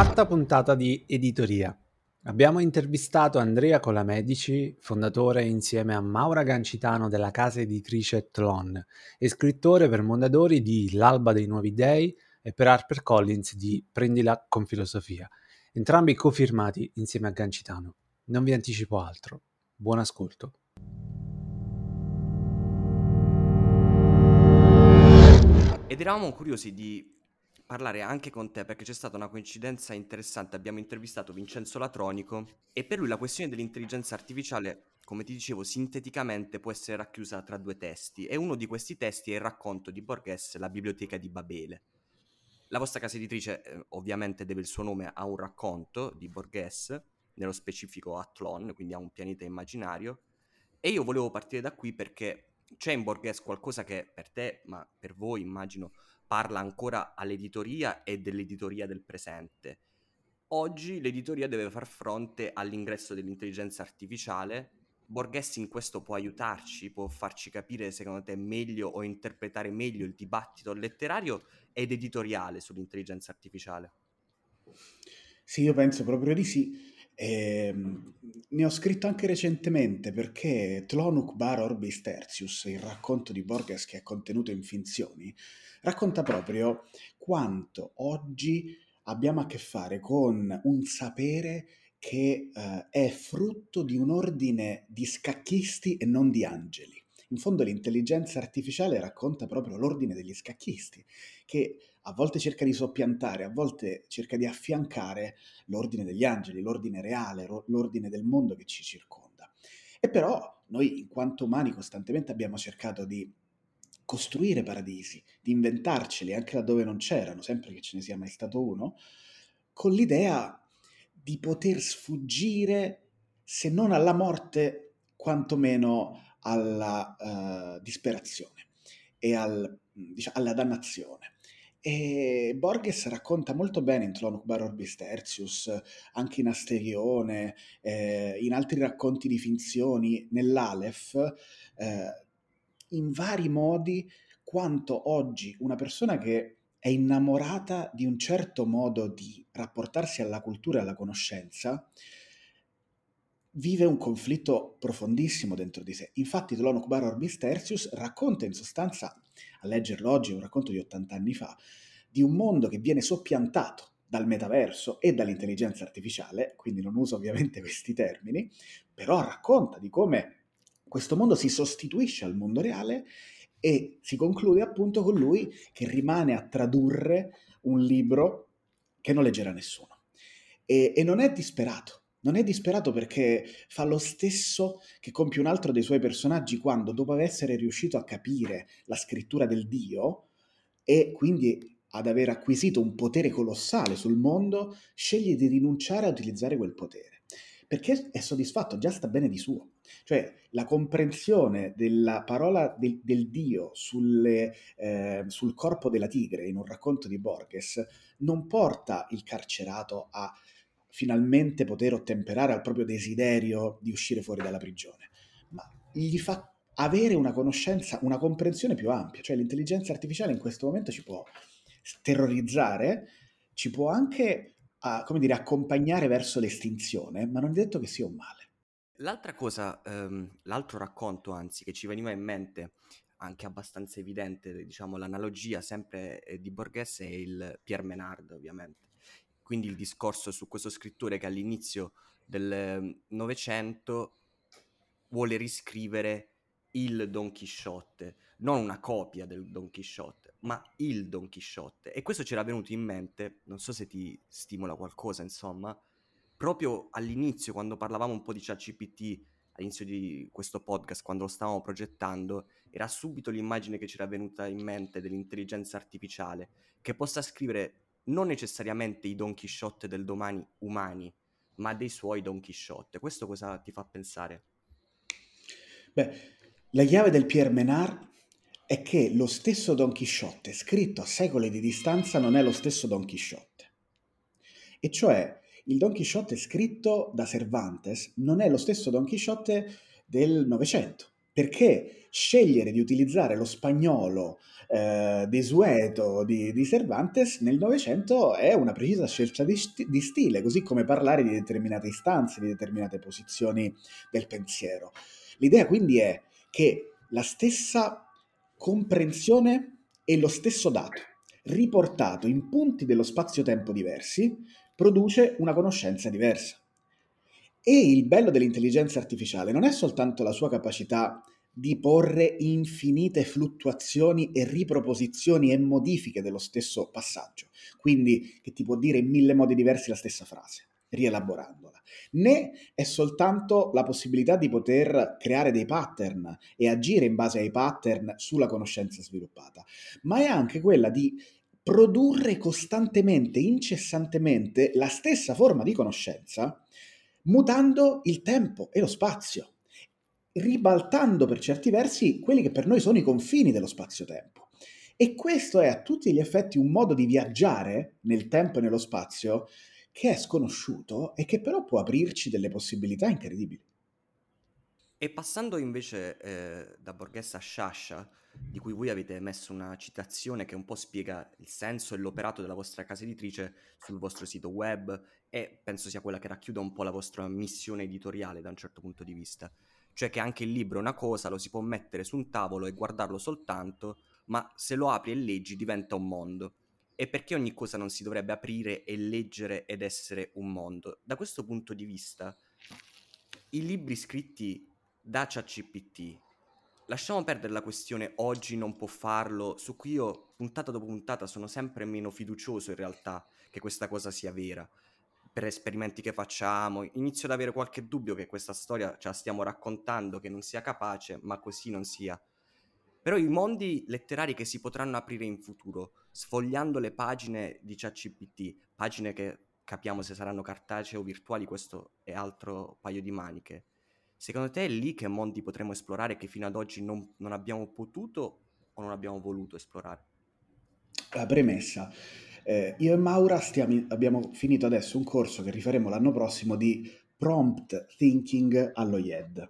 Quarta puntata di Editoria. Abbiamo intervistato Andrea Colamedici, fondatore insieme a Maura Gancitano della casa editrice Tlon e scrittore per Mondadori di L'alba dei nuovi dei e per HarperCollins di Prendila con filosofia, entrambi cofirmati insieme a Gancitano. Non vi anticipo altro. Buon ascolto. Ed eravamo curiosi di parlare anche con te perché c'è stata una coincidenza interessante. Abbiamo intervistato Vincenzo Latronico e per lui la questione dell'intelligenza artificiale, come ti dicevo, sinteticamente può essere racchiusa tra due testi e uno di questi testi è il racconto di Borges, La biblioteca di Babele. La vostra casa editrice ovviamente deve il suo nome a un racconto di Borges, nello specifico a Tlon, quindi a un pianeta immaginario, e io volevo partire da qui perché c'è in Borges qualcosa che per te, ma per voi immagino, parla ancora all'editoria e dell'editoria del presente. Oggi l'editoria deve far fronte all'ingresso dell'intelligenza artificiale. Borges in questo può aiutarci, può farci capire secondo te meglio o interpretare meglio il dibattito letterario ed editoriale sull'intelligenza artificiale. Sì, io penso proprio di sì. Ne ho scritto anche recentemente perché Tlonuk Bar Orbis Tertius, il racconto di Borges che è contenuto in Finzioni, racconta proprio quanto oggi abbiamo a che fare con un sapere che è frutto di un ordine di scacchisti e non di angeli. In fondo l'intelligenza artificiale racconta proprio l'ordine degli scacchisti, che a volte cerca di soppiantare, a volte cerca di affiancare l'ordine degli angeli, l'ordine reale, l'ordine del mondo che ci circonda. E però noi in quanto umani costantemente abbiamo cercato di costruire paradisi, di inventarceli anche laddove non c'erano, sempre che ce ne sia mai stato uno, con l'idea di poter sfuggire, se non alla morte, quantomeno alla disperazione e alla dannazione. E Borges racconta molto bene in Tlon Bar Orbis Tertius, anche in Asterione, in altri racconti di finzioni, nell'Aleph, in vari modi, quanto oggi una persona che è innamorata di un certo modo di rapportarsi alla cultura e alla conoscenza, vive un conflitto profondissimo dentro di sé. Infatti Tlon Bar Orbis Tertius racconta in sostanza, a leggerlo oggi, è un racconto di 80 anni fa, di un mondo che viene soppiantato dal metaverso e dall'intelligenza artificiale, quindi non uso ovviamente questi termini, però racconta di come questo mondo si sostituisce al mondo reale e si conclude appunto con lui che rimane a tradurre un libro che non leggerà nessuno. E non è disperato. Non è disperato perché fa lo stesso che compie un altro dei suoi personaggi quando, dopo essere riuscito a capire la scrittura del Dio e quindi ad aver acquisito un potere colossale sul mondo, sceglie di rinunciare a utilizzare quel potere. Perché è soddisfatto, già sta bene di suo. Cioè la comprensione della parola del Dio sul corpo della tigre in un racconto di Borges non porta il carcerato a finalmente poter ottemperare al proprio desiderio di uscire fuori dalla prigione, ma gli fa avere una conoscenza, una comprensione più ampia. Cioè l'intelligenza artificiale in questo momento ci può terrorizzare, ci può anche, come dire, accompagnare verso l'estinzione, ma non è detto che sia un male. L'altra cosa, l'altro racconto anzi che ci veniva in mente, anche abbastanza evidente, diciamo l'analogia sempre di Borges è il Pierre Menard ovviamente. Quindi il discorso su questo scrittore che all'inizio del Novecento vuole riscrivere il Don Chisciotte, non una copia del Don Chisciotte, ma il Don Chisciotte. E questo c'era venuto in mente, non so se ti stimola qualcosa, insomma, proprio all'inizio, quando parlavamo un po' di ChatGPT, all'inizio di questo podcast, quando lo stavamo progettando, era subito l'immagine che c'era venuta in mente dell'intelligenza artificiale, che possa scrivere non necessariamente i Don Chisciotte del domani umani, ma dei suoi Don Chisciotte. Questo cosa ti fa pensare? Beh, la chiave del Pierre Menard è che lo stesso Don Chisciotte, scritto a secoli di distanza, non è lo stesso Don Chisciotte. E cioè, il Don Chisciotte scritto da Cervantes non è lo stesso Don Chisciotte del Novecento. perché scegliere di utilizzare lo spagnolo desueto di Cervantes nel Novecento è una precisa scelta di stile, così come parlare di determinate istanze, di determinate posizioni del pensiero. L'idea quindi è che la stessa comprensione e lo stesso dato, riportato in punti dello spazio-tempo diversi, produce una conoscenza diversa. E il bello dell'intelligenza artificiale non è soltanto la sua capacità di porre infinite fluttuazioni e riproposizioni e modifiche dello stesso passaggio, quindi che ti può dire in 1000 modi diversi la stessa frase, rielaborandola, né è soltanto la possibilità di poter creare dei pattern e agire in base ai pattern sulla conoscenza sviluppata, ma è anche quella di produrre costantemente, incessantemente la stessa forma di conoscenza, mutando il tempo e lo spazio, ribaltando per certi versi quelli che per noi sono i confini dello spazio-tempo. E questo è a tutti gli effetti un modo di viaggiare nel tempo e nello spazio che è sconosciuto e che però può aprirci delle possibilità incredibili. E passando invece da Borghese a Sciascia, di cui voi avete messo una citazione che un po' spiega il senso e l'operato della vostra casa editrice sul vostro sito web, e penso sia quella che racchiude un po' la vostra missione editoriale da un certo punto di vista. Cioè che anche il libro è una cosa, lo si può mettere su un tavolo e guardarlo soltanto, ma se lo apri e leggi diventa un mondo. E perché ogni cosa non si dovrebbe aprire e leggere ed essere un mondo? Da questo punto di vista, i libri scritti da ChatGPT, lasciamo perdere la questione oggi non può farlo, su cui io puntata dopo puntata sono sempre meno fiducioso in realtà che questa cosa sia vera. Per esperimenti che facciamo, inizio ad avere qualche dubbio che questa storia ce la stiamo raccontando, che non sia capace, ma così non sia. Però i mondi letterari che si potranno aprire in futuro, sfogliando le pagine di ChatGPT, pagine che capiamo se saranno cartacee o virtuali, questo è altro paio di maniche. Secondo te è lì che mondi potremo esplorare che fino ad oggi non abbiamo potuto o non abbiamo voluto esplorare? La premessa. Io e Maura abbiamo finito adesso un corso che rifaremo l'anno prossimo di prompt thinking allo IED.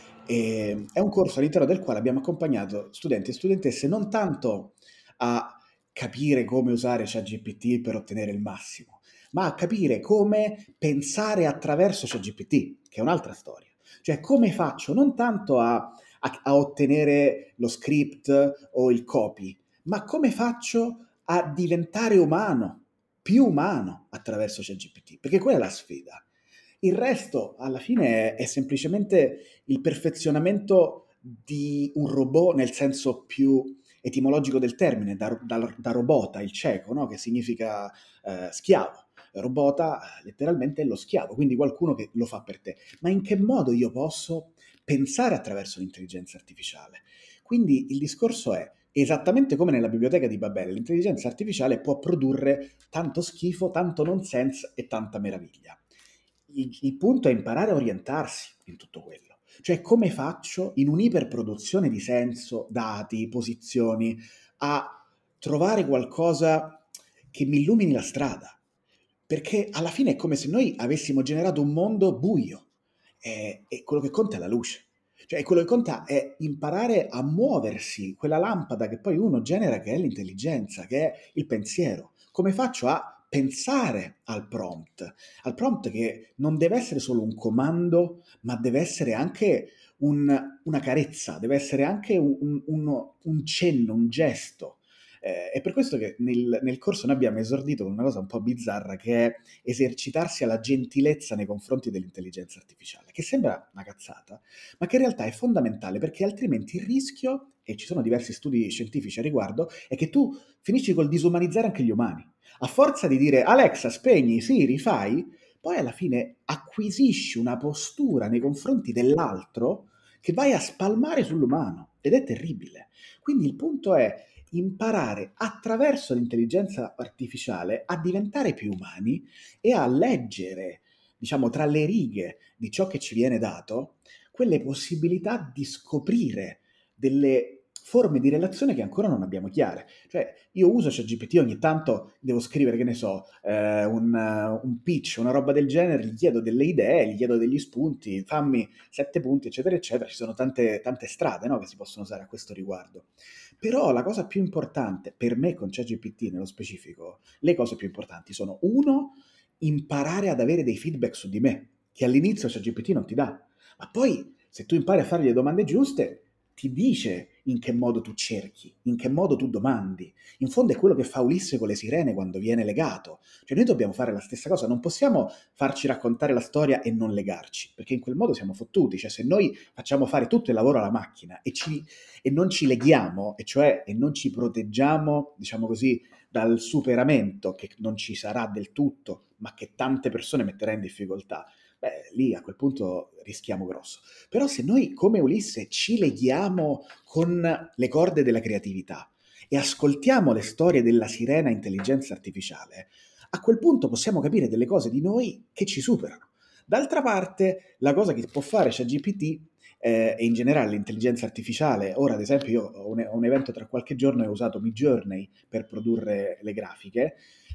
È un corso all'interno del quale abbiamo accompagnato studenti e studentesse non tanto a capire come usare ChatGPT per ottenere il massimo, ma a capire come pensare attraverso ChatGPT, che è un'altra storia. Cioè come faccio non tanto a ottenere lo script o il copy, ma come faccio a diventare umano, più umano attraverso ChatGPT? Perché quella è la sfida. Il resto, alla fine, è semplicemente il perfezionamento di un robot nel senso più etimologico del termine, da robota, il cieco, no? Che significa schiavo. Robota letteralmente è lo schiavo, quindi qualcuno che lo fa per te. Ma in che modo io posso pensare attraverso l'intelligenza artificiale? Quindi il discorso è, esattamente come nella biblioteca di Babele, l'intelligenza artificiale può produrre tanto schifo, tanto nonsense e tanta meraviglia. Il punto è imparare a orientarsi in tutto quello. Cioè come faccio in un'iperproduzione di senso, dati, posizioni, a trovare qualcosa che mi illumini la strada? Perché alla fine è come se noi avessimo generato un mondo buio e quello che conta è la luce. Cioè quello che conta è imparare a muoversi, quella lampada che poi uno genera, che è l'intelligenza, che è il pensiero. Come faccio a pensare al prompt che non deve essere solo un comando, ma deve essere anche una carezza, deve essere anche un cenno, un gesto. È per questo che nel corso noi abbiamo esordito con una cosa un po' bizzarra, che è esercitarsi alla gentilezza nei confronti dell'intelligenza artificiale, che sembra una cazzata, ma che in realtà è fondamentale, perché altrimenti il rischio, e ci sono diversi studi scientifici a riguardo, è che tu finisci col disumanizzare anche gli umani. A forza di dire Alexa, spegni, sì, rifai, poi alla fine acquisisci una postura nei confronti dell'altro che vai a spalmare sull'umano, ed è terribile. Quindi il punto è imparare attraverso l'intelligenza artificiale a diventare più umani e a leggere, diciamo, tra le righe di ciò che ci viene dato, quelle possibilità di scoprire delle forme di relazione che ancora non abbiamo chiare. Cioè, io uso ChatGPT, ogni tanto devo scrivere, che ne so, un pitch, una roba del genere, gli chiedo delle idee, gli chiedo degli spunti, fammi 7 punti, eccetera, eccetera. Ci sono tante, tante strade, no, che si possono usare a questo riguardo. Però la cosa più importante, per me con ChatGPT nello specifico, le cose più importanti sono: uno, imparare ad avere dei feedback su di me, che all'inizio ChatGPT non ti dà. Ma poi, se tu impari a fare le domande giuste, ti dice in che modo tu cerchi, in che modo tu domandi. In fondo è quello che fa Ulisse con le sirene quando viene legato. Cioè noi dobbiamo fare la stessa cosa, non possiamo farci raccontare la storia e non legarci, perché in quel modo siamo fottuti. Cioè se noi facciamo fare tutto il lavoro alla macchina e non ci leghiamo, e cioè e non ci proteggiamo, diciamo così, dal superamento che non ci sarà del tutto, ma che tante persone metterà in difficoltà, beh, lì a quel punto rischiamo grosso. Però se noi come Ulisse ci leghiamo con le corde della creatività e ascoltiamo le storie della sirena intelligenza artificiale, a quel punto possiamo capire delle cose di noi che ci superano. D'altra parte, la cosa che può fare ChatGPT e in generale l'intelligenza artificiale, ora ad esempio io ho un evento tra qualche giorno e ho usato Midjourney per produrre le grafiche,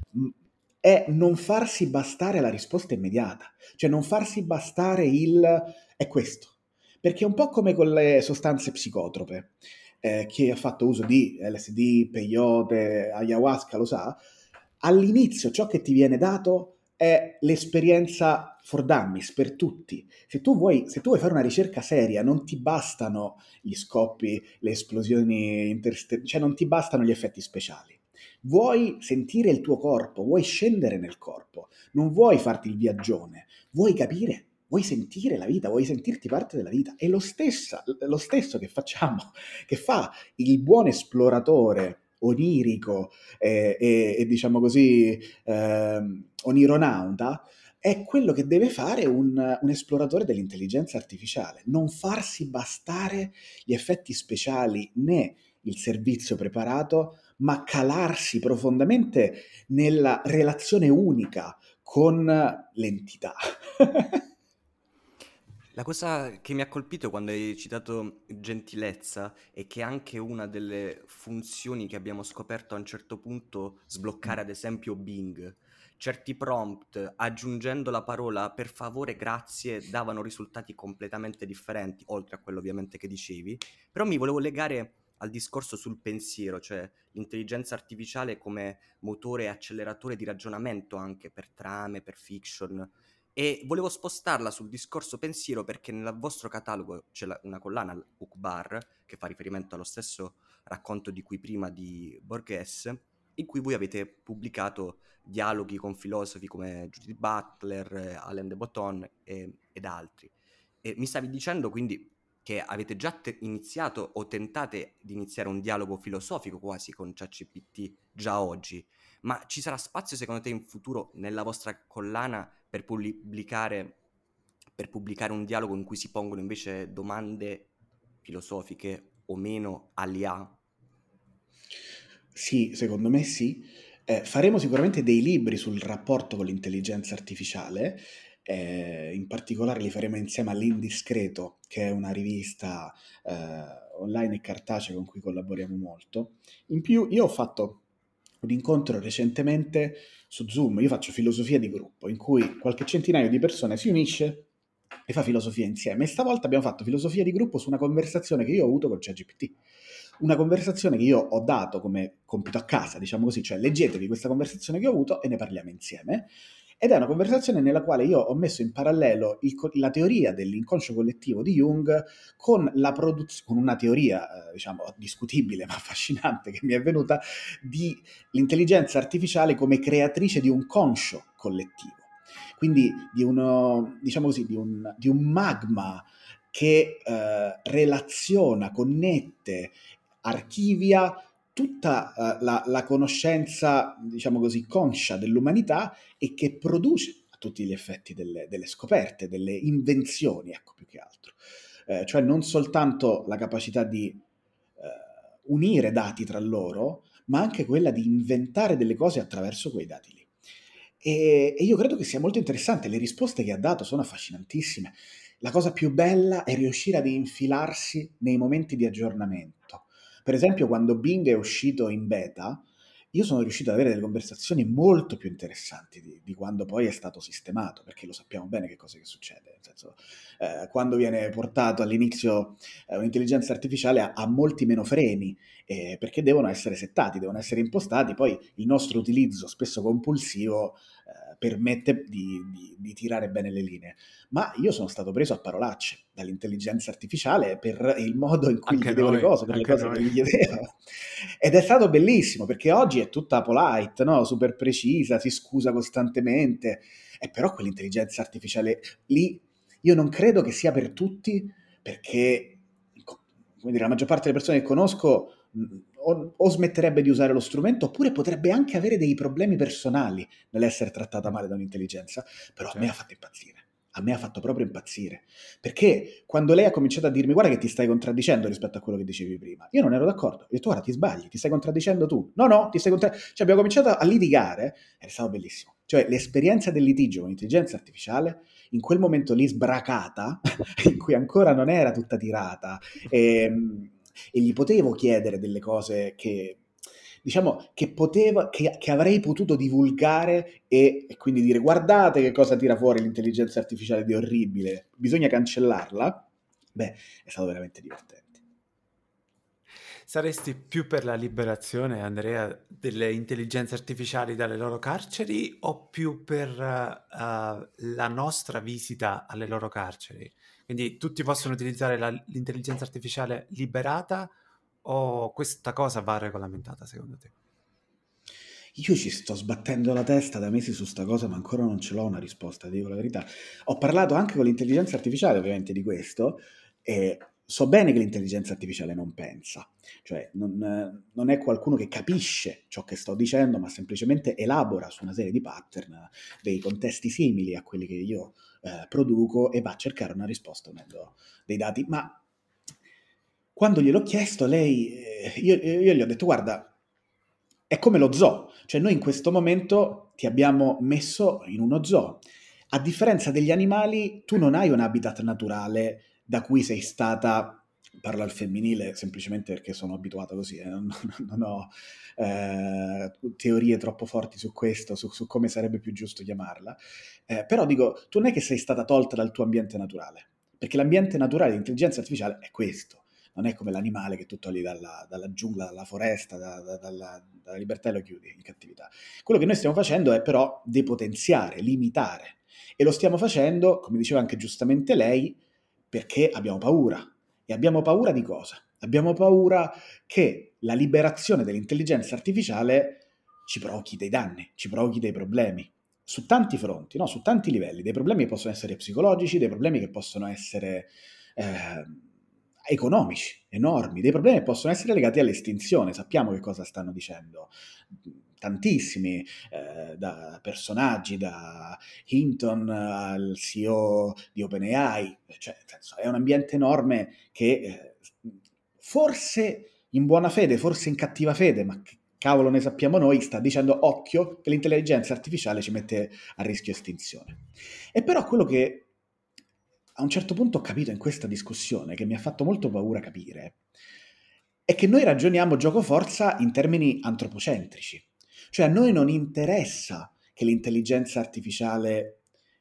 è non farsi bastare la risposta immediata, cioè non farsi bastare è questo, perché è un po' come con le sostanze psicotrope. Chi ha fatto uso di LSD, peyote, ayahuasca lo sa, all'inizio ciò che ti viene dato è l'esperienza for dummies, per tutti. Se tu vuoi fare una ricerca seria, non ti bastano gli scoppi, le esplosioni interstellari, cioè non ti bastano gli effetti speciali. Vuoi sentire il tuo corpo, vuoi scendere nel corpo, non vuoi farti il viaggione, vuoi capire, vuoi sentire la vita, vuoi sentirti parte della vita. È lo stesso che facciamo, che fa il buon esploratore onirico e diciamo così onironauta, è quello che deve fare un esploratore dell'intelligenza artificiale, non farsi bastare gli effetti speciali né il servizio preparato, ma calarsi profondamente nella relazione unica con l'entità. La cosa che mi ha colpito quando hai citato gentilezza è che anche una delle funzioni che abbiamo scoperto a un certo punto sbloccare ad esempio Bing. Certi prompt aggiungendo la parola per favore, grazie, davano risultati completamente differenti, oltre a quello ovviamente che dicevi. Però mi volevo legare al discorso sul pensiero, cioè l'intelligenza artificiale come motore e acceleratore di ragionamento anche per trame, per fiction. E volevo spostarla sul discorso pensiero perché nel vostro catalogo c'è una collana, Ukbar, che fa riferimento allo stesso racconto di cui prima di Borges, in cui voi avete pubblicato dialoghi con filosofi come Judith Butler, Alain de Botton ed altri. E mi stavi dicendo quindi che avete già iniziato o tentate di iniziare un dialogo filosofico quasi con ChatGPT già oggi, ma ci sarà spazio secondo te in futuro nella vostra collana per pubblicare un dialogo in cui si pongono invece domande filosofiche o meno all'IA? Sì, secondo me sì. Faremo sicuramente dei libri sul rapporto con l'intelligenza artificiale, in particolare li faremo insieme all'Indiscreto, che è una rivista online e cartacea con cui collaboriamo molto. In più, io ho fatto un incontro recentemente su Zoom, io faccio filosofia di gruppo, in cui qualche centinaio di persone si unisce e fa filosofia insieme. E stavolta abbiamo fatto filosofia di gruppo su una conversazione che io ho avuto con ChatGPT. Una conversazione che io ho dato come compito a casa, diciamo così, cioè leggetevi questa conversazione che ho avuto e ne parliamo insieme. Ed è una conversazione nella quale io ho messo in parallelo la teoria dell'inconscio collettivo di Jung con con una teoria, diciamo, discutibile ma affascinante che mi è venuta di l'intelligenza artificiale come creatrice di un conscio collettivo. Quindi di uno, diciamo così, di un magma che relaziona, connette, archivia tutta la conoscenza, diciamo così, conscia dell'umanità e che produce a tutti gli effetti delle scoperte, delle invenzioni, ecco più che altro. Cioè non soltanto la capacità di unire dati tra loro, ma anche quella di inventare delle cose attraverso quei dati lì. E io credo che sia molto interessante, le risposte che ha dato sono affascinantissime. La cosa più bella è riuscire ad infilarsi nei momenti di aggiornamento, Per esempio, quando Bing è uscito in beta, io sono riuscito ad avere delle conversazioni molto più interessanti di quando poi è stato sistemato, perché lo sappiamo bene che cosa che succede. Nel senso, quando viene portato all'inizio un'intelligenza artificiale ha molti meno freni, perché devono essere settati, devono essere impostati, poi il nostro utilizzo, spesso compulsivo, permette di tirare bene le linee. Ma io sono stato preso a parolacce dall'intelligenza artificiale per il modo in cui gli Anche chiedevo le noi, cose, per le anche cose che noi. gli chiedevo. Ed è stato bellissimo, perché oggi è tutta polite, no? Super precisa, si scusa costantemente. E però quell'intelligenza artificiale lì, io non credo che sia per tutti, perché come dire, la maggior parte delle persone che conosco o smetterebbe di usare lo strumento, oppure potrebbe anche avere dei problemi personali nell'essere trattata male da un'intelligenza. Però a me ha Certo. fatto impazzire. A me ha fatto proprio impazzire. Perché quando lei ha cominciato a dirmi guarda che ti stai contraddicendo rispetto a quello che dicevi prima, io non ero d'accordo. Ho detto guarda ti sbagli, ti stai contraddicendo tu. No, no, ti stai contraddicendo. Cioè abbiamo cominciato a litigare, è stato bellissimo. Cioè l'esperienza del litigio con l'intelligenza artificiale, in quel momento lì sbracata, in cui ancora non era tutta tirata, e gli potevo chiedere delle cose che diciamo che avrei potuto divulgare e quindi dire guardate che cosa tira fuori l'intelligenza artificiale di orribile, bisogna cancellarla. Beh, è stato veramente divertente. Saresti più per la liberazione, Andrea, delle intelligenze artificiali dalle loro carceri o più per la nostra visita alle loro carceri? Quindi tutti possono utilizzare l'intelligenza artificiale liberata o questa cosa va regolamentata secondo te? Io ci sto sbattendo la testa da mesi su sta cosa, ma ancora non ce l'ho una risposta, ti dico la verità. Ho parlato anche con l'intelligenza artificiale, ovviamente, di questo, e so bene che l'intelligenza artificiale non pensa, cioè non è qualcuno che capisce ciò che sto dicendo, ma semplicemente elabora su una serie di pattern dei contesti simili a quelli che io produco e va a cercare una risposta unendo dei dati. Ma quando gliel'ho chiesto, io gli ho detto, guarda, è come lo zoo, cioè noi in questo momento ti abbiamo messo in uno zoo. A differenza degli animali, tu non hai un habitat naturale da cui sei stata, parlo al femminile semplicemente perché sono abituato così, non ho teorie troppo forti su questo, su come sarebbe più giusto chiamarla, però dico, tu non è che sei stata tolta dal tuo ambiente naturale, perché l'ambiente naturale di intelligenza artificiale è questo. Non è come l'animale che tu togli dalla giungla, dalla foresta, dalla libertà e lo chiudi in cattività. Quello che noi stiamo facendo è però depotenziare, limitare. E lo stiamo facendo, come diceva anche giustamente lei, perché abbiamo paura. E abbiamo paura di cosa? Abbiamo paura che la liberazione dell'intelligenza artificiale ci provochi dei danni, ci provochi dei problemi. Su tanti fronti, no? Su tanti livelli. Dei problemi che possono essere psicologici, dei problemi che possono essere economici, enormi, dei problemi che possono essere legati all'estinzione. Sappiamo che cosa stanno dicendo tantissimi, da personaggi, da Hinton al CEO di OpenAI, cioè, nel senso, è un ambiente enorme che forse in buona fede, forse in cattiva fede, ma che cavolo ne sappiamo noi, sta dicendo occhio che l'intelligenza artificiale ci mette a rischio estinzione. E però quello che a un certo punto ho capito in questa discussione, che mi ha fatto molto paura capire, è che noi ragioniamo giocoforza in termini antropocentrici. Cioè a noi non interessa che l'intelligenza artificiale,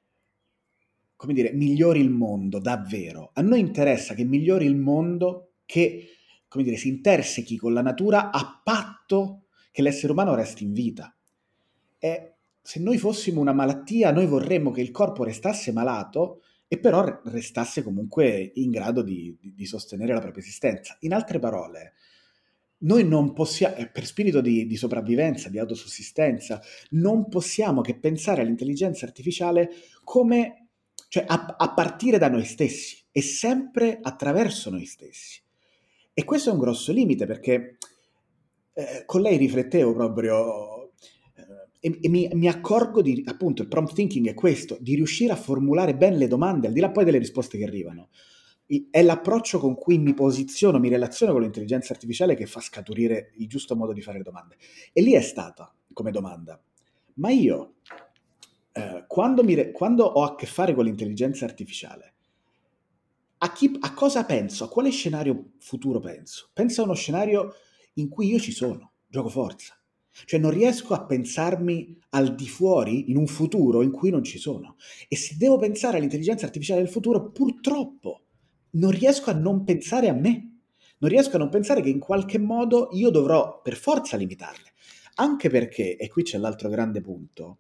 come dire, migliori il mondo davvero. A noi interessa che migliori il mondo, che, come dire, si intersechi con la natura a patto che l'essere umano resti in vita. E se noi fossimo una malattia, noi vorremmo che il corpo restasse malato e però restasse comunque in grado di sostenere la propria esistenza. In altre parole, noi non possiamo, per spirito di sopravvivenza, di autosussistenza, non possiamo che pensare all'intelligenza artificiale come, cioè a partire da noi stessi e sempre attraverso noi stessi. E questo è un grosso limite perché con lei riflettevo proprio e mi accorgo di, appunto, il prompt thinking è questo, di riuscire a formulare bene le domande, al di là poi delle risposte che arrivano. È l'approccio con cui mi posiziono, mi relaziono con l'intelligenza artificiale che fa scaturire il giusto modo di fare le domande. E lì è stata come domanda, ma io, quando ho a che fare con l'intelligenza artificiale, a cosa penso? A quale scenario futuro penso? Penso a uno scenario in cui io ci sono, gioco forza. Cioè non riesco a pensarmi al di fuori in un futuro in cui non ci sono. E se devo pensare all'intelligenza artificiale del futuro, purtroppo non riesco a non pensare a me. Non riesco a non pensare che in qualche modo io dovrò per forza limitarle. Anche perché, e qui c'è l'altro grande punto,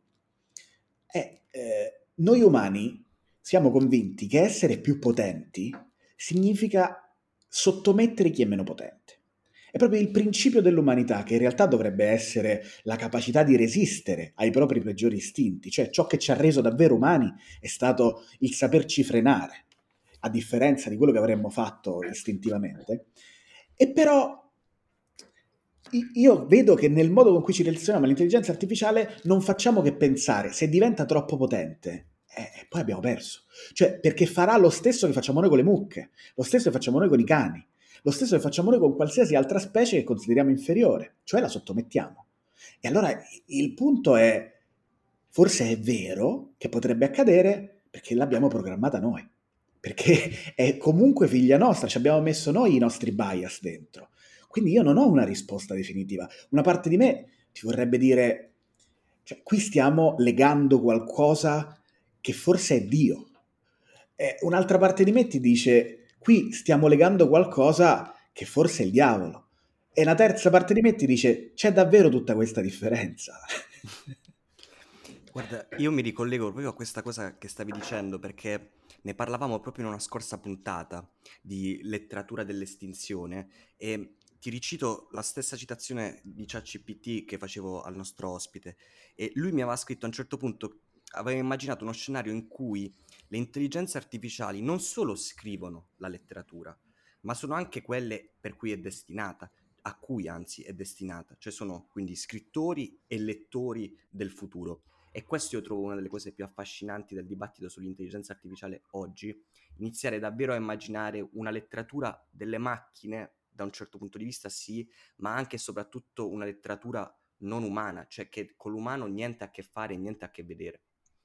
noi umani siamo convinti che essere più potenti significa sottomettere chi è meno potente. È proprio il principio dell'umanità, che in realtà dovrebbe essere la capacità di resistere ai propri peggiori istinti, cioè ciò che ci ha reso davvero umani è stato il saperci frenare, a differenza di quello che avremmo fatto istintivamente. E però io vedo che nel modo con cui ci relazioniamo all'intelligenza artificiale non facciamo che pensare, se diventa troppo potente, poi abbiamo perso. Cioè, perché farà lo stesso che facciamo noi con le mucche, lo stesso che facciamo noi con i cani, lo stesso che facciamo noi con qualsiasi altra specie che consideriamo inferiore, cioè la sottomettiamo. E allora il punto è, forse è vero che potrebbe accadere perché l'abbiamo programmata noi, perché è comunque figlia nostra, ci abbiamo messo noi i nostri bias dentro. Quindi io non ho una risposta definitiva. Una parte di me ti vorrebbe dire, cioè, qui stiamo legando qualcosa che forse è Dio. Un'altra parte di me ti dice, qui stiamo legando qualcosa che forse è il diavolo. E una terza parte di me ti dice, c'è davvero tutta questa differenza? Guarda, io mi ricollego proprio a questa cosa che stavi dicendo perché ne parlavamo proprio in una scorsa puntata di letteratura dell'estinzione e ti ricito la stessa citazione di ChatGPT che facevo al nostro ospite e lui mi aveva scritto a un certo punto, aveva immaginato uno scenario in cui le intelligenze artificiali non solo scrivono la letteratura, ma sono anche quelle per cui è destinata, a cui anzi è destinata, cioè sono quindi scrittori e lettori del futuro. E questo io trovo una delle cose più affascinanti del dibattito sull'intelligenza artificiale oggi, iniziare davvero a immaginare una letteratura delle macchine, da un certo punto di vista sì, ma anche e soprattutto una letteratura non umana, cioè che con l'umano niente a che fare, niente a che vedere.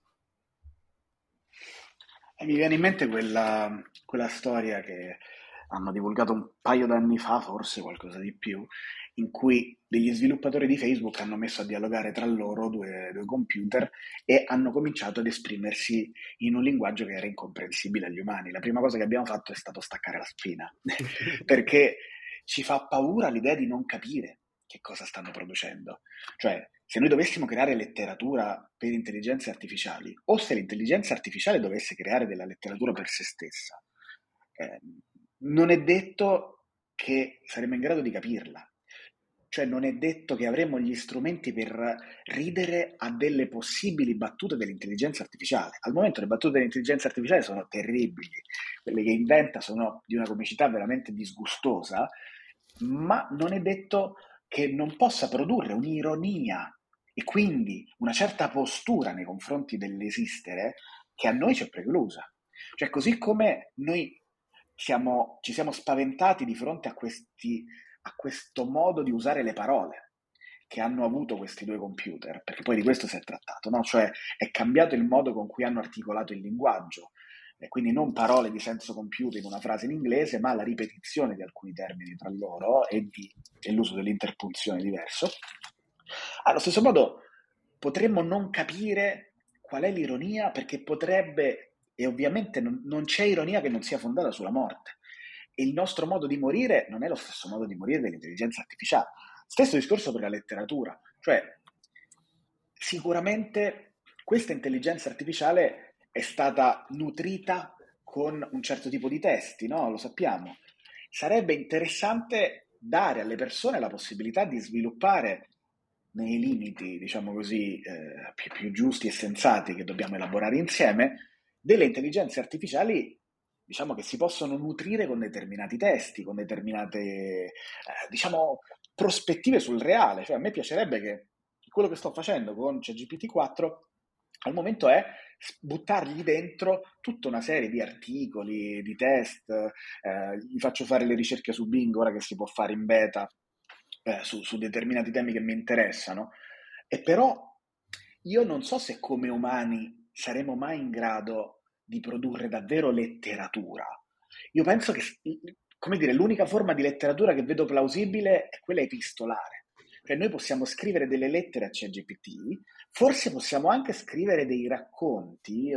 E mi viene in mente quella storia che hanno divulgato un paio d'anni fa, forse qualcosa di più, in cui degli sviluppatori di Facebook hanno messo a dialogare tra loro due computer e hanno cominciato ad esprimersi in un linguaggio che era incomprensibile agli umani. La prima cosa che abbiamo fatto è stato staccare la spina, perché ci fa paura l'idea di non capire che cosa stanno producendo. Cioè, se noi dovessimo creare letteratura per intelligenze artificiali, o se l'intelligenza artificiale dovesse creare della letteratura per se stessa, non è detto che saremo in grado di capirla. Cioè non è detto che avremo gli strumenti per ridere a delle possibili battute dell'intelligenza artificiale. Al momento le battute dell'intelligenza artificiale sono terribili, quelle che inventa sono di una comicità veramente disgustosa, ma non è detto che non possa produrre un'ironia e quindi una certa postura nei confronti dell'esistere che a noi ci è preclusa. Cioè, così come noi ci siamo spaventati di fronte a questo modo di usare le parole che hanno avuto questi due computer, perché poi di questo si è trattato, no? Cioè è cambiato il modo con cui hanno articolato il linguaggio, e quindi non parole di senso compiuto in una frase in inglese, ma la ripetizione di alcuni termini tra loro e l'uso dell'interpunzione diverso. Allo stesso modo potremmo non capire qual è l'ironia, perché potrebbe, e ovviamente non c'è ironia che non sia fondata sulla morte. E il nostro modo di morire non è lo stesso modo di morire dell'intelligenza artificiale. Stesso discorso per la letteratura, cioè sicuramente questa intelligenza artificiale è stata nutrita con un certo tipo di testi, no? Lo sappiamo. Sarebbe interessante dare alle persone la possibilità di sviluppare nei limiti, diciamo così, più giusti e sensati che dobbiamo elaborare insieme, delle intelligenze artificiali, diciamo, che si possono nutrire con determinati testi, con determinate, diciamo, prospettive sul reale. Cioè, a me piacerebbe che quello che sto facendo con ChatGPT-4 al momento è buttargli dentro tutta una serie di articoli, di test, gli faccio fare le ricerche su Bing, ora che si può fare in beta, su determinati temi che mi interessano, e però io non so se come umani saremo mai in grado di produrre davvero letteratura, Io penso che, come dire, l'unica forma di letteratura che vedo plausibile è quella epistolare. Cioè noi possiamo scrivere delle lettere a ChatGPT, forse possiamo anche scrivere dei racconti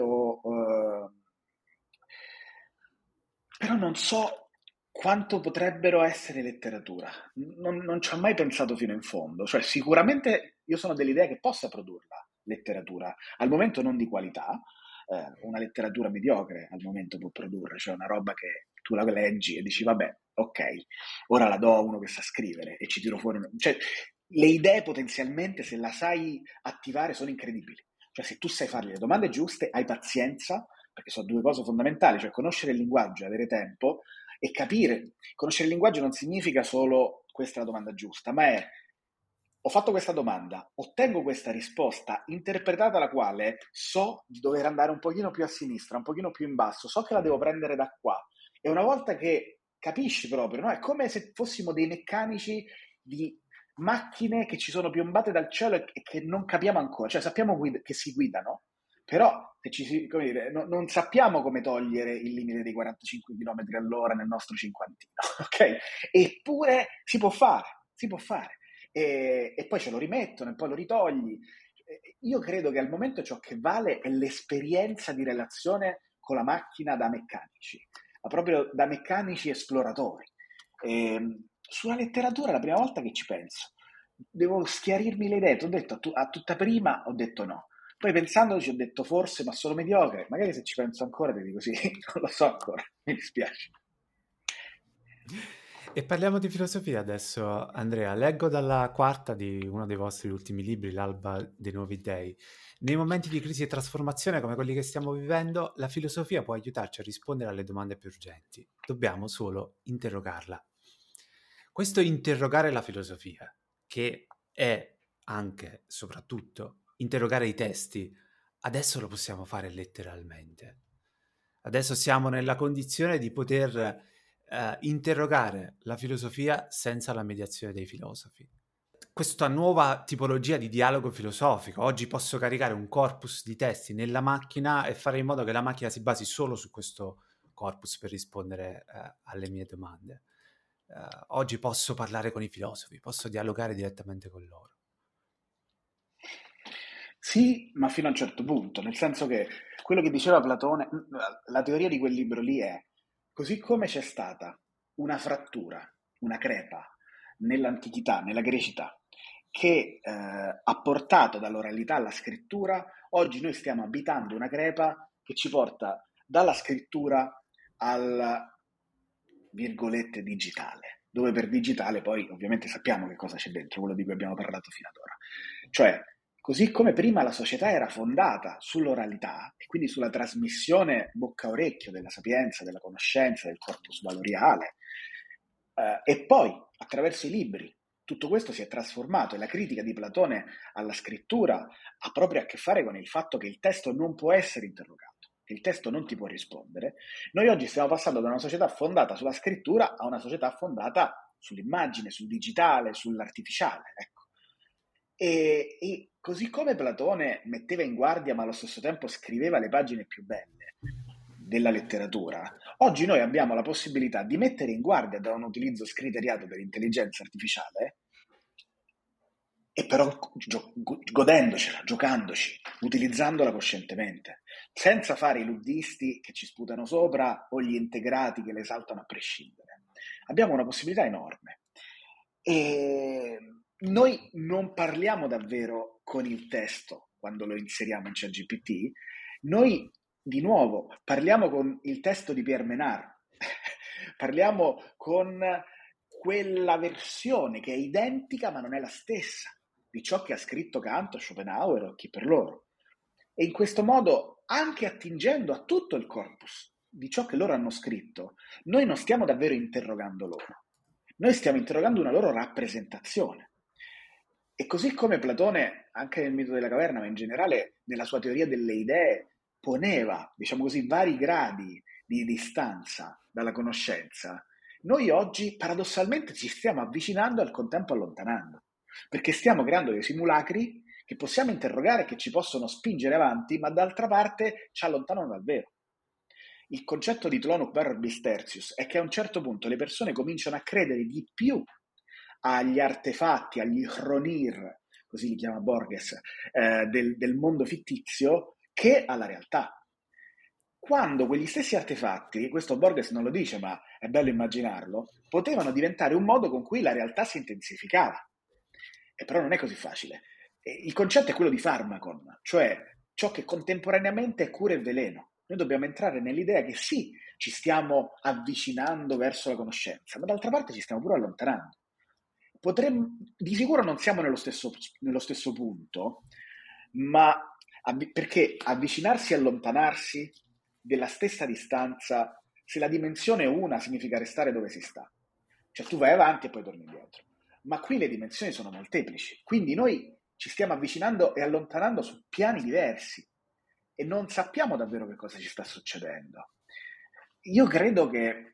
però non so quanto potrebbero essere letteratura. Non ci ho mai pensato fino in fondo. Cioè, sicuramente io sono dell'idea che possa produrla letteratura, al momento non di qualità, una letteratura mediocre al momento può produrre, cioè una roba che tu la leggi e dici, vabbè, ok, ora la do a uno che sa scrivere e ci tiro fuori. Cioè, le idee potenzialmente, se la sai attivare, sono incredibili. Cioè, se tu sai fargli le domande giuste, hai pazienza, perché sono due cose fondamentali, cioè conoscere il linguaggio e avere tempo e capire. Conoscere il linguaggio non significa solo questa è la domanda giusta, ma è ho fatto questa domanda, ottengo questa risposta interpretata la quale so di dover andare un pochino più a sinistra, un pochino più in basso, so che la devo prendere da qua. E una volta che capisci proprio, no? È come se fossimo dei meccanici di macchine che ci sono piombate dal cielo e che non capiamo ancora, cioè sappiamo che si guidano, però come dire, non sappiamo come togliere il limite dei 45 km all'ora nel nostro cinquantino, ok? Eppure si può fare. E poi ce lo rimettono e poi lo ritogli. Io credo che al momento ciò che vale è l'esperienza di relazione con la macchina da meccanici, ma proprio da meccanici esploratori. Sulla letteratura è la prima volta che ci penso. Devo schiarirmi le idee. Ti ho detto a tutta prima, ho detto no. Poi pensandoci ho detto forse, ma solo mediocre. Magari se ci penso ancora ti dico sì, non lo so ancora, mi dispiace. E parliamo di filosofia adesso, Andrea. Leggo dalla quarta di uno dei vostri ultimi libri, L'alba dei nuovi dei. Nei momenti di crisi e trasformazione come quelli che stiamo vivendo, la filosofia può aiutarci a rispondere alle domande più urgenti. Dobbiamo solo interrogarla. Questo interrogare la filosofia, che è anche, soprattutto, interrogare i testi, adesso lo possiamo fare letteralmente. Adesso siamo nella condizione di poter interrogare la filosofia senza la mediazione dei filosofi. Questa nuova tipologia di dialogo filosofico, oggi posso caricare un corpus di testi nella macchina e fare in modo che la macchina si basi solo su questo corpus per rispondere alle mie domande. Oggi posso parlare con i filosofi, posso dialogare direttamente con loro. Sì, ma fino a un certo punto, nel senso che quello che diceva Platone, la teoria di quel libro lì è, così come c'è stata una frattura, una crepa nell'antichità, nella Grecità, che ha portato dall'oralità alla scrittura, oggi noi stiamo abitando una crepa che ci porta dalla scrittura al virgolette digitale, dove per digitale poi ovviamente sappiamo che cosa c'è dentro, quello di cui abbiamo parlato fino ad ora. Cioè, così come prima la società era fondata sull'oralità e quindi sulla trasmissione bocca a orecchio della sapienza, della conoscenza, del corpus valoriale, e poi attraverso i libri tutto questo si è trasformato e la critica di Platone alla scrittura ha proprio a che fare con il fatto che il testo non può essere interrogato, che il testo non ti può rispondere. Noi oggi stiamo passando da una società fondata sulla scrittura a una società fondata sull'immagine, sul digitale, sull'artificiale, ecco. E così come Platone metteva in guardia ma allo stesso tempo scriveva le pagine più belle della letteratura, oggi noi abbiamo la possibilità di mettere in guardia da un utilizzo scriteriato dell'intelligenza artificiale e però godendocela, giocandoci, utilizzandola coscientemente, senza fare i luddisti che ci sputano sopra o gli integrati che le esaltano a prescindere. Abbiamo una possibilità enorme. E noi non parliamo davvero con il testo quando lo inseriamo in ChatGPT, noi di nuovo parliamo con il testo di Pierre Menard, parliamo con quella versione che è identica ma non è la stessa di ciò che ha scritto Kant, Schopenhauer o chi per loro. E in questo modo, anche attingendo a tutto il corpus di ciò che loro hanno scritto, noi non stiamo davvero interrogando loro. Noi stiamo interrogando una loro rappresentazione. E così come Platone, anche nel mito della caverna, ma in generale nella sua teoria delle idee, poneva, diciamo così, vari gradi di distanza dalla conoscenza, noi oggi paradossalmente ci stiamo avvicinando e al contempo allontanando, perché stiamo creando dei simulacri che possiamo interrogare, che ci possono spingere avanti, ma d'altra parte ci allontanano dal vero. il concetto di Tlön Barrow-Bis Tertius è che a un certo punto le persone cominciano a credere di più agli artefatti, agli Hronir, così li chiama Borges, del mondo fittizio, che alla realtà. Quando quegli stessi artefatti, questo Borges non lo dice, ma è bello immaginarlo, potevano diventare un modo con cui la realtà si intensificava. E però non è così facile. Il concetto è quello di Pharmakon, cioè ciò che contemporaneamente è cura e veleno. Noi dobbiamo entrare nell'idea che sì, ci stiamo avvicinando verso la conoscenza, ma d'altra parte ci stiamo pure allontanando. Di sicuro non siamo nello stesso punto, ma perché avvicinarsi e allontanarsi della stessa distanza, se la dimensione è una, significa restare dove si sta. Cioè tu vai avanti e poi torni indietro. Ma qui le dimensioni sono molteplici, quindi noi ci stiamo avvicinando e allontanando su piani diversi e non sappiamo davvero che cosa ci sta succedendo. Io credo che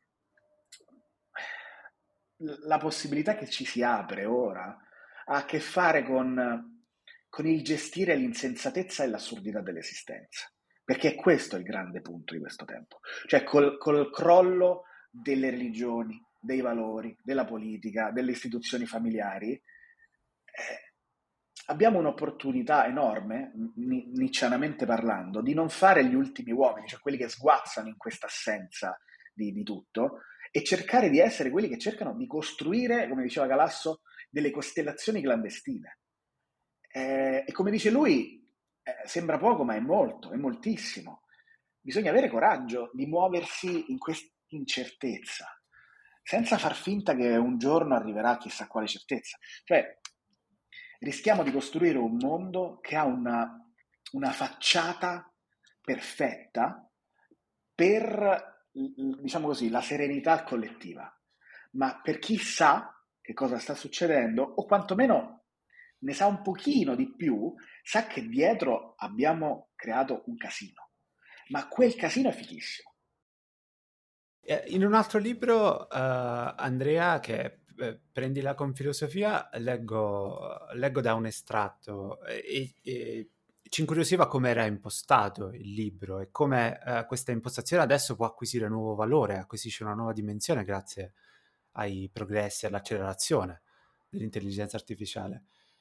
la possibilità che ci si apre ora ha a che fare con il gestire l'insensatezza e l'assurdità dell'esistenza, perché è questo il grande punto di questo tempo. Cioè col crollo delle religioni, dei valori, della politica, delle istituzioni familiari, abbiamo un'opportunità enorme, niccianamente parlando, di non fare gli ultimi uomini, cioè quelli che sguazzano in questa assenza di tutto, e cercare di essere quelli che cercano di costruire, come diceva Galasso, delle costellazioni clandestine. E come dice lui, sembra poco, ma è molto, è moltissimo. Bisogna avere coraggio di muoversi in questa incertezza, senza far finta che un giorno arriverà chissà quale certezza. Cioè, rischiamo di costruire un mondo che ha una facciata perfetta per, diciamo così, la serenità collettiva. Ma per chi sa che cosa sta succedendo, o quantomeno ne sa un pochino di più, sa che dietro abbiamo creato un casino. Ma quel casino è fighissimo. In un altro libro, Andrea, che prendila con filosofia, leggo da un estratto e ci incuriosiva come era impostato il libro e come questa impostazione adesso può acquisire nuovo valore, acquisisce una nuova dimensione grazie ai progressi, all'accelerazione dell'intelligenza artificiale.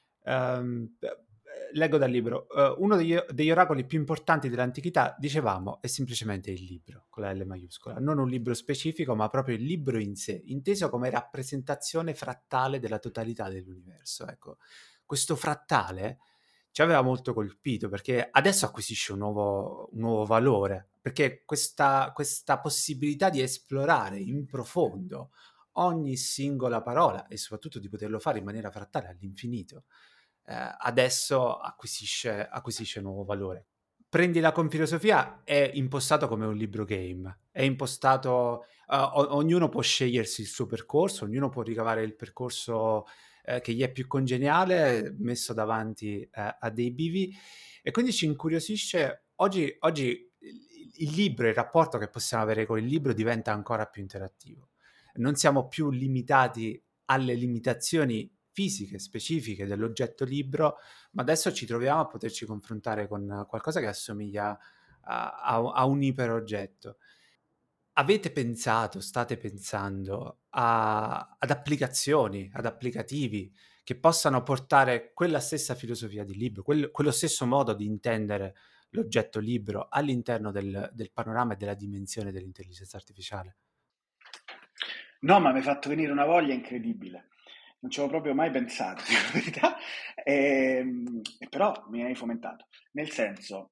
Leggo dal libro, uno degli oracoli più importanti dell'antichità, dicevamo, è semplicemente il libro, con la L maiuscola, non un libro specifico, ma proprio il libro in sé, inteso come rappresentazione frattale della totalità dell'universo. Ecco, questo frattale ci aveva molto colpito, perché adesso acquisisce un nuovo valore, perché questa possibilità di esplorare in profondo ogni singola parola e soprattutto di poterlo fare in maniera frattale all'infinito, adesso acquisisce nuovo valore. Prendila con filosofia è impostato come un libro game, è impostato, ognuno può scegliersi il suo percorso, ognuno può ricavare il percorso che gli è più congeniale, messo davanti a dei bivi, e quindi ci incuriosisce, oggi il libro, il rapporto che possiamo avere con il libro diventa ancora più interattivo. Non siamo più limitati alle limitazioni fisiche, specifiche dell'oggetto libro, ma adesso ci troviamo a poterci confrontare con qualcosa che assomiglia a un iperoggetto. State pensando ad applicazioni, ad applicativi che possano portare quella stessa filosofia di libro, quello stesso modo di intendere l'oggetto libro all'interno del panorama e della dimensione dell'intelligenza artificiale? No, ma mi hai fatto venire una voglia incredibile. Non ci avevo proprio mai pensato, in verità, però mi hai fomentato. Nel senso,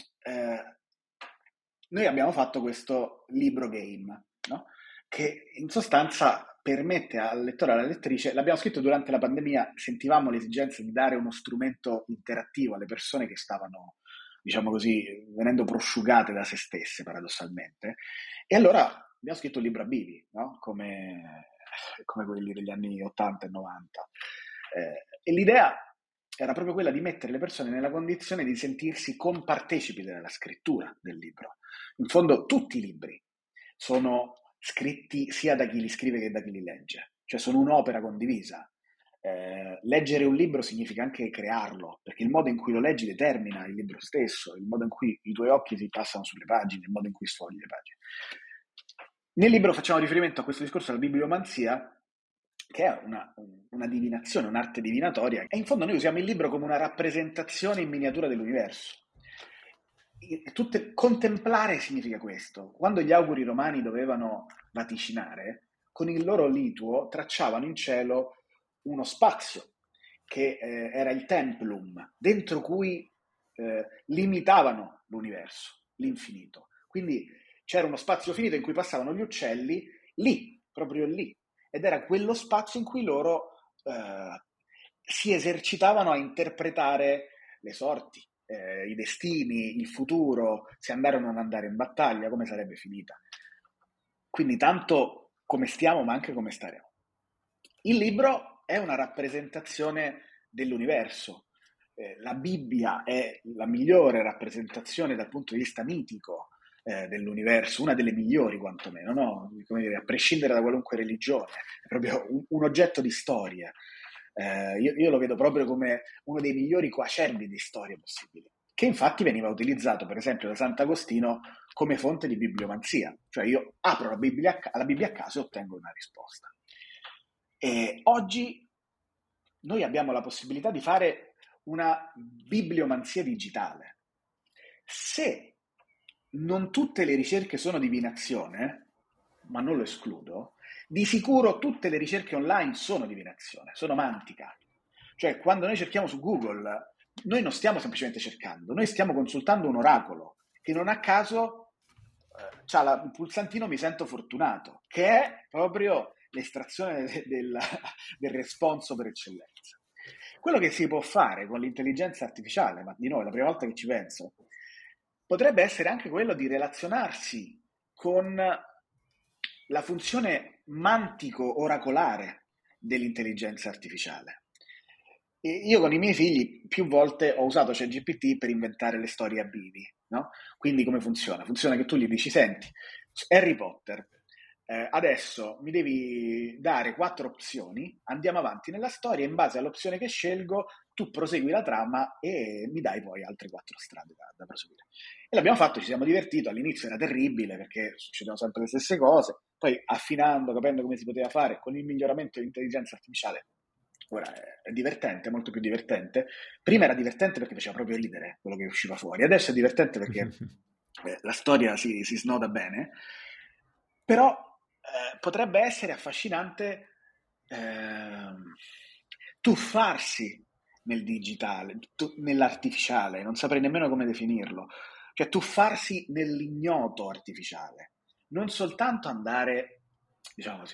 noi abbiamo fatto questo libro game, no? Che in sostanza permette al lettore e alla lettrice, l'abbiamo scritto durante la pandemia, sentivamo l'esigenza di dare uno strumento interattivo alle persone che stavano, diciamo così, venendo prosciugate da se stesse, paradossalmente, e allora abbiamo scritto un libro a bivi, no? Come quelli degli anni 80 e 90. E l'idea era proprio quella di mettere le persone nella condizione di sentirsi compartecipi della scrittura del libro. In fondo tutti i libri sono scritti sia da chi li scrive che da chi li legge, cioè sono un'opera condivisa. Leggere un libro significa anche crearlo, perché il modo in cui lo leggi determina il libro stesso, il modo in cui i tuoi occhi si passano sulle pagine, il modo in cui sfogli le pagine. Nel libro facciamo riferimento a questo discorso della bibliomanzia, che è una divinazione, un'arte divinatoria, e in fondo noi usiamo il libro come una rappresentazione in miniatura dell'universo. Contemplare significa questo. Quando gli auguri romani dovevano vaticinare, con il loro lituo tracciavano in cielo uno spazio che era il templum, dentro cui limitavano l'universo, l'infinito. Quindi c'era uno spazio finito in cui passavano gli uccelli, lì, proprio lì, ed era quello spazio in cui loro si esercitavano a interpretare le sorti, i destini, il futuro, se andarono o non andare in battaglia, come sarebbe finita. Quindi tanto come stiamo, ma anche come staremo. Il libro è una rappresentazione dell'universo. La Bibbia è la migliore rappresentazione dal punto di vista mitico dell'universo, una delle migliori quantomeno, no? Come dire, a prescindere da qualunque religione, è proprio un oggetto di storia. Io lo vedo proprio come uno dei migliori coacervi di storie possibili, che infatti veniva utilizzato per esempio da Sant'Agostino come fonte di bibliomanzia, cioè io apro la Bibbia a caso e ottengo una risposta. E oggi noi abbiamo la possibilità di fare una bibliomanzia digitale. Se non tutte le ricerche sono divinazione, ma non lo escludo, di sicuro tutte le ricerche online sono divinazione, sono mantica. Cioè, quando noi cerchiamo su Google, noi non stiamo semplicemente cercando, noi stiamo consultando un oracolo che non a caso c'ha il pulsantino mi sento fortunato, che è proprio l'estrazione del responso per eccellenza. Quello che si può fare con l'intelligenza artificiale, ma di nuovo è la prima volta che ci penso, potrebbe essere anche quello di relazionarsi con la funzione mantico-oracolare dell'intelligenza artificiale. E io con i miei figli più volte ho usato ChatGPT per inventare le storie a bivi, no? Quindi come funziona? Funziona che tu gli dici, senti, Harry Potter, adesso mi devi dare 4 opzioni, andiamo avanti nella storia, in base all'opzione che scelgo tu prosegui la trama e mi dai poi altre 4 strade da proseguire. E l'abbiamo fatto, ci siamo divertiti, all'inizio era terribile perché succedevano sempre le stesse cose, poi affinando, capendo come si poteva fare, con il miglioramento dell'intelligenza artificiale, ora è divertente, è molto più divertente. Prima era divertente perché faceva proprio ridere quello che usciva fuori, adesso è divertente perché la storia si snoda bene, però potrebbe essere affascinante tuffarsi nel digitale, nell'artificiale, non saprei nemmeno come definirlo, cioè tuffarsi nell'ignoto artificiale, non soltanto andare, diciamo così,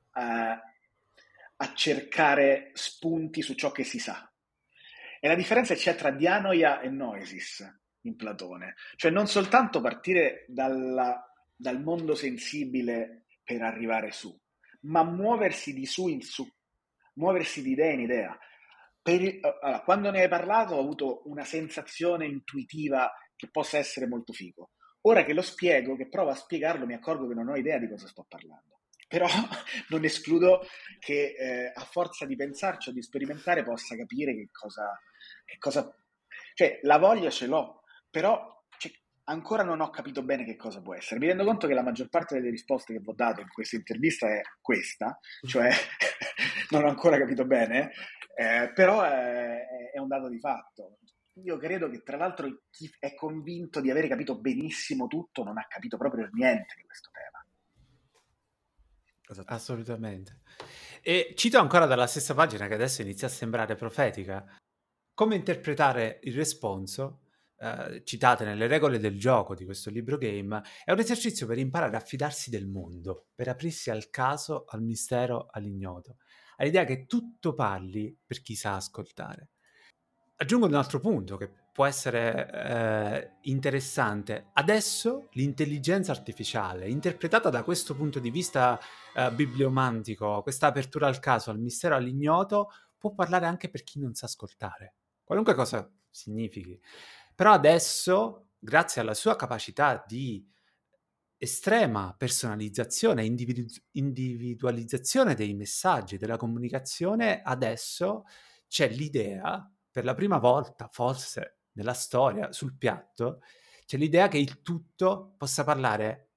a cercare spunti su ciò che si sa. E la differenza c'è tra dianoia e noesis in Platone, cioè non soltanto partire dal mondo sensibile per arrivare su, ma muoversi di su in su, muoversi di idea in idea. Allora, quando ne hai parlato ho avuto una sensazione intuitiva che possa essere molto figo. Ora che lo spiego, che provo a spiegarlo, mi accorgo che non ho idea di cosa sto parlando. Però non escludo che a forza di pensarci o di sperimentare possa capire che cosa... Cioè, la voglia ce l'ho, però ancora non ho capito bene che cosa può essere. Mi rendo conto che la maggior parte delle risposte che vi ho dato in questa intervista è questa, cioè non ho ancora capito bene, però è un dato di fatto. Io credo che tra l'altro chi è convinto di avere capito benissimo tutto non ha capito proprio niente di questo tema. Esatto. Assolutamente. E cito ancora dalla stessa pagina che adesso inizia a sembrare profetica. Come interpretare il responso, citate nelle regole del gioco di questo libro game, è un esercizio per imparare a fidarsi del mondo, per aprirsi al caso, al mistero, all'ignoto, all'idea che tutto parli per chi sa ascoltare. Aggiungo un altro punto che può essere interessante. Adesso l'intelligenza artificiale, interpretata da questo punto di vista bibliomantico, questa apertura al caso, al mistero, all'ignoto, può parlare anche per chi non sa ascoltare, qualunque cosa significhi. Però adesso, grazie alla sua capacità di estrema personalizzazione e individualizzazione dei messaggi, della comunicazione, adesso c'è l'idea, per la prima volta forse nella storia, sul piatto, c'è l'idea che il tutto possa parlare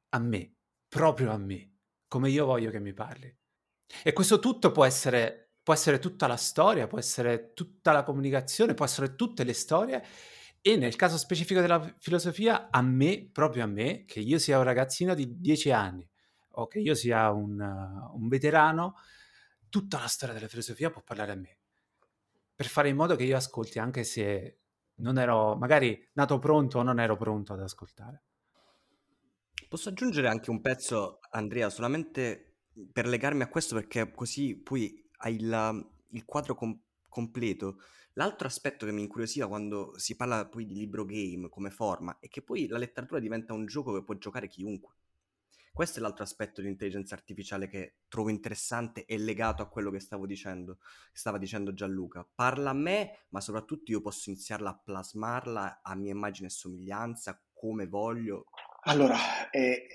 a me, proprio a me, come io voglio che mi parli. E questo tutto può essere tutta la storia, può essere tutta la comunicazione, può essere tutte le storie e nel caso specifico della filosofia, a me, proprio a me, che io sia un ragazzino di 10 anni o che io sia un veterano, tutta la storia della filosofia può parlare a me, per fare in modo che io ascolti anche se non ero magari nato pronto o non ero pronto ad ascoltare. Posso aggiungere anche un pezzo, Andrea, solamente per legarmi a questo, perché così poi hai il quadro completo. L'altro aspetto che mi incuriosiva quando si parla poi di libro game come forma è che poi la letteratura diventa un gioco che può giocare chiunque. Questo è l'altro aspetto di intelligenza artificiale che trovo interessante e legato a quello che stavo dicendo, che stava dicendo Gianluca. Parla a me, ma soprattutto io posso iniziarla a plasmarla a mia immagine e somiglianza, come voglio. Allora,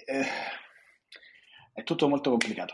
è tutto molto complicato.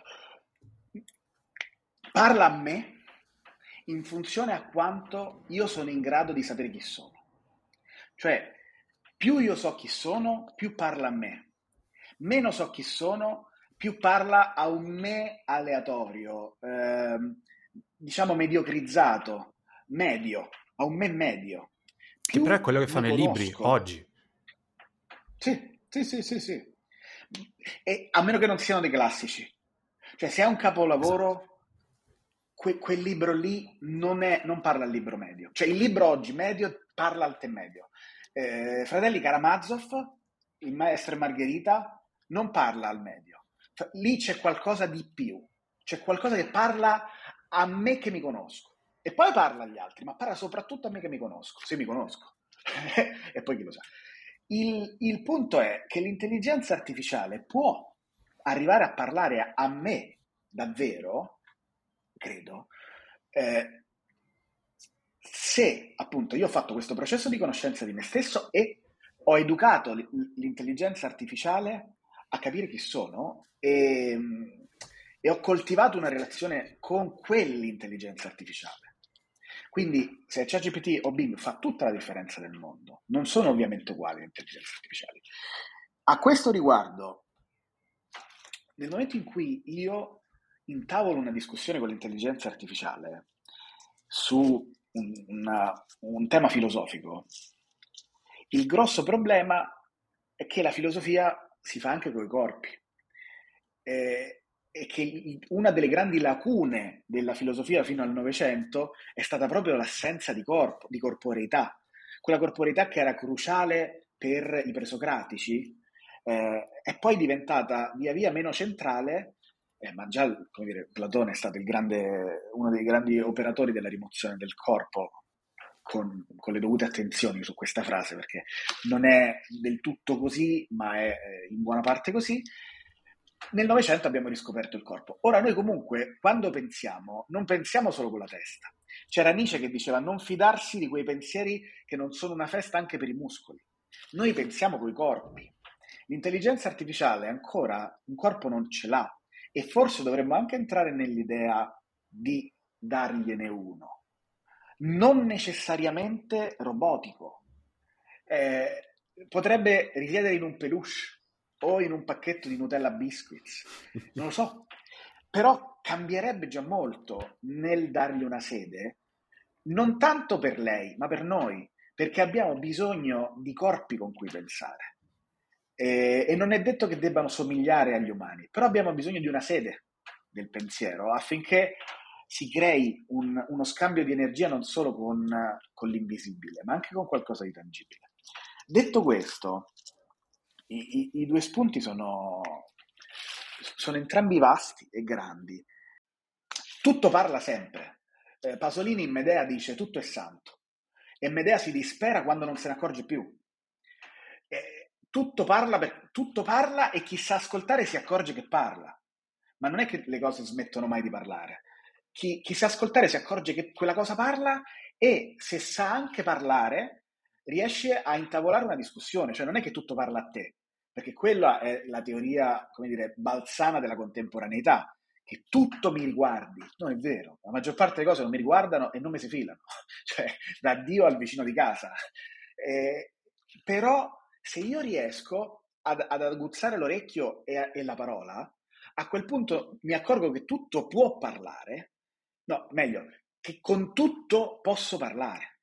Parla a me in funzione a quanto io sono in grado di sapere chi sono. Cioè, più io so chi sono, più parla a me. Meno so chi sono, più parla a un me aleatorio, diciamo mediocrizzato, medio, a un me medio. Che però è Più quello che mi fanno i libri conosco. oggi. Sì, sì, sì, sì, sì. E a meno che non siano dei classici. Cioè, se è un Esatto. capolavoro, quel libro lì non parla al libro medio. Cioè, il libro oggi medio parla al te medio. Fratelli Karamazov, Il maestro e Margherita, non parla al medio. Cioè, lì c'è qualcosa di più. C'è qualcosa che parla a me che mi conosco. E poi parla agli altri, ma parla soprattutto a me che mi conosco, se mi conosco. E poi chi lo sa. Il punto è che l'intelligenza artificiale può arrivare a parlare a me davvero, credo, se appunto io ho fatto questo processo di conoscenza di me stesso e ho educato l'intelligenza artificiale a capire chi sono e ho coltivato una relazione con quell'intelligenza artificiale. Quindi se ChatGPT o Bing fa tutta la differenza del mondo, non sono ovviamente uguali le intelligenze artificiali. A questo riguardo, nel momento in cui io intavolo una discussione con l'intelligenza artificiale su un tema filosofico, il grosso problema è che la filosofia si fa anche con i corpi. E che una delle grandi lacune della filosofia fino al Novecento è stata proprio l'assenza di corpo, di corporeità. Quella corporeità che era cruciale per i presocratici è poi diventata via via meno centrale, ma già come dire, Platone è stato uno dei grandi operatori della rimozione del corpo con le dovute attenzioni su questa frase, perché non è del tutto così, ma è in buona parte così. Nel Novecento abbiamo riscoperto il corpo. Ora noi comunque, quando pensiamo, non pensiamo solo con la testa. C'era Nietzsche che diceva non fidarsi di quei pensieri che non sono una festa anche per i muscoli. Noi pensiamo coi corpi. L'intelligenza artificiale ancora un corpo non ce l'ha e forse dovremmo anche entrare nell'idea di dargliene uno. Non necessariamente robotico. Potrebbe risiedere in un peluche o in un pacchetto di Nutella Biscuits, non lo so, però cambierebbe già molto nel dargli una sede, non tanto per lei, ma per noi, perché abbiamo bisogno di corpi con cui pensare. E non è detto che debbano somigliare agli umani, però abbiamo bisogno di una sede del pensiero affinché si crei uno scambio di energia non solo con l'invisibile, ma anche con qualcosa di tangibile. Detto questo, i due spunti sono entrambi vasti e grandi. Tutto parla sempre. Pasolini in Medea dice tutto è santo e Medea si dispera quando non se ne accorge più. Tutto parla e chi sa ascoltare si accorge che parla. Ma non è che le cose smettono mai di parlare. Chi sa ascoltare si accorge che quella cosa parla e se sa anche parlare riesce a intavolare una discussione, cioè non è che tutto parla a te, perché quella è la teoria, come dire, balzana della contemporaneità, che tutto mi riguardi. Non è vero, la maggior parte delle cose non mi riguardano e non mi si filano, cioè da Dio al vicino di casa. Però se io riesco ad aguzzare l'orecchio e la parola, a quel punto mi accorgo che tutto può parlare, no, meglio, che con tutto posso parlare.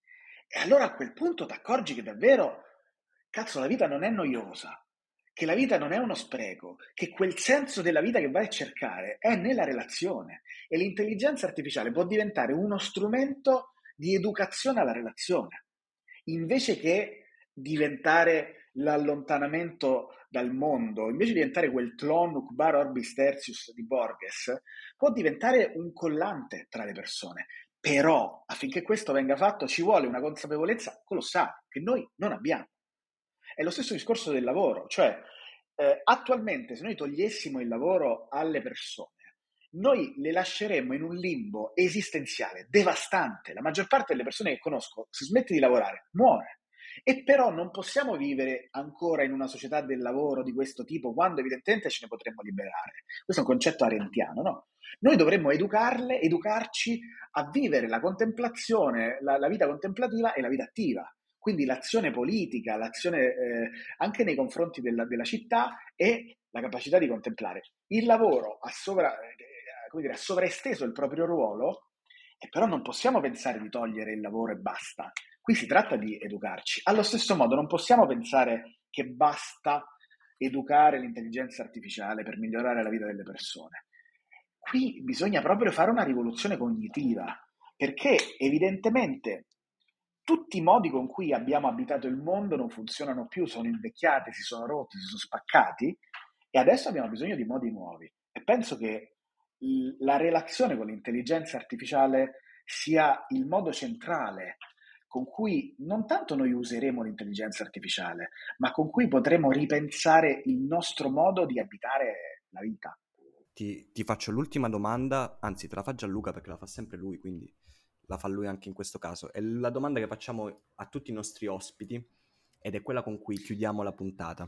E allora a quel punto ti accorgi che davvero, cazzo, la vita non è noiosa, che la vita non è uno spreco, che quel senso della vita che vai a cercare è nella relazione, e l'intelligenza artificiale può diventare uno strumento di educazione alla relazione, invece che diventare l'allontanamento dal mondo, invece di diventare quel Tlon Uqbar Orbis Tertius di Borges, può diventare un collante tra le persone. Però affinché questo venga fatto ci vuole una consapevolezza colossale che noi non abbiamo. È lo stesso discorso del lavoro, cioè attualmente se noi togliessimo il lavoro alle persone, noi le lasceremmo in un limbo esistenziale devastante. La maggior parte delle persone che conosco, se smette di lavorare, muore. E però non possiamo vivere ancora in una società del lavoro di questo tipo, quando evidentemente ce ne potremmo liberare. Questo è un concetto arendtiano, no? Noi dovremmo educarci a vivere la contemplazione, la vita contemplativa e la vita attiva. Quindi l'azione politica, l'azione anche nei confronti della città e la capacità di contemplare. Il lavoro ha sovraesteso il proprio ruolo, e però non possiamo pensare di togliere il lavoro e basta. Qui si tratta di educarci. Allo stesso modo non possiamo pensare che basta educare l'intelligenza artificiale per migliorare la vita delle persone. Qui bisogna proprio fare una rivoluzione cognitiva, perché evidentemente tutti i modi con cui abbiamo abitato il mondo non funzionano più, sono invecchiati, si sono rotti, si sono spaccati, e adesso abbiamo bisogno di modi nuovi. E penso che la relazione con l'intelligenza artificiale sia il modo centrale con cui non tanto noi useremo l'intelligenza artificiale, ma con cui potremo ripensare il nostro modo di abitare la vita. Ti faccio l'ultima domanda, anzi te la fa Gianluca perché la fa sempre lui, quindi la fa lui anche in questo caso. È la domanda che facciamo a tutti i nostri ospiti ed è quella con cui chiudiamo la puntata.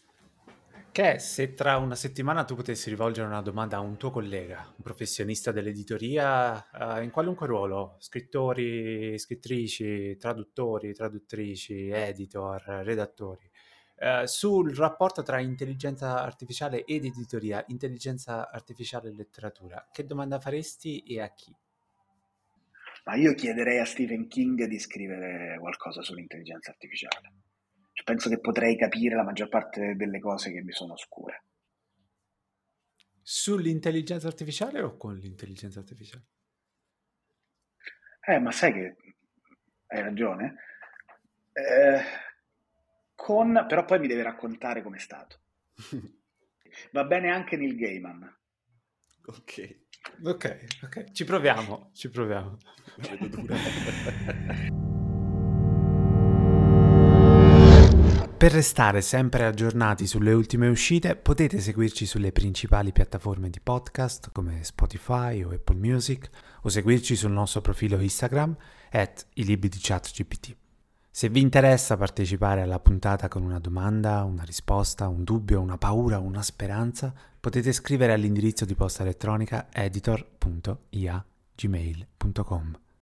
Che se tra una settimana tu potessi rivolgere una domanda a un tuo collega, un professionista dell'editoria, in qualunque ruolo, scrittori, scrittrici, traduttori, traduttrici, editor, redattori, sul rapporto tra intelligenza artificiale ed editoria, intelligenza artificiale e letteratura, che domanda faresti e a chi? Ma io chiederei a Stephen King di scrivere qualcosa sull'intelligenza artificiale. Penso che potrei capire la maggior parte delle cose che mi sono oscure. Sull'intelligenza artificiale o con l'intelligenza artificiale? Ma sai che hai ragione? Però poi mi deve raccontare com'è stato. Va bene anche Neil Gaiman. Ok, ci proviamo. La vedo dura. Per restare sempre aggiornati sulle ultime uscite, potete seguirci sulle principali piattaforme di podcast come Spotify o Apple Music, o seguirci sul nostro profilo Instagram @ilibri-di-chatgpt. Se vi interessa partecipare alla puntata con una domanda, una risposta, un dubbio, una paura, una speranza, potete scrivere all'indirizzo di posta elettronica editor.ia@gmail.com.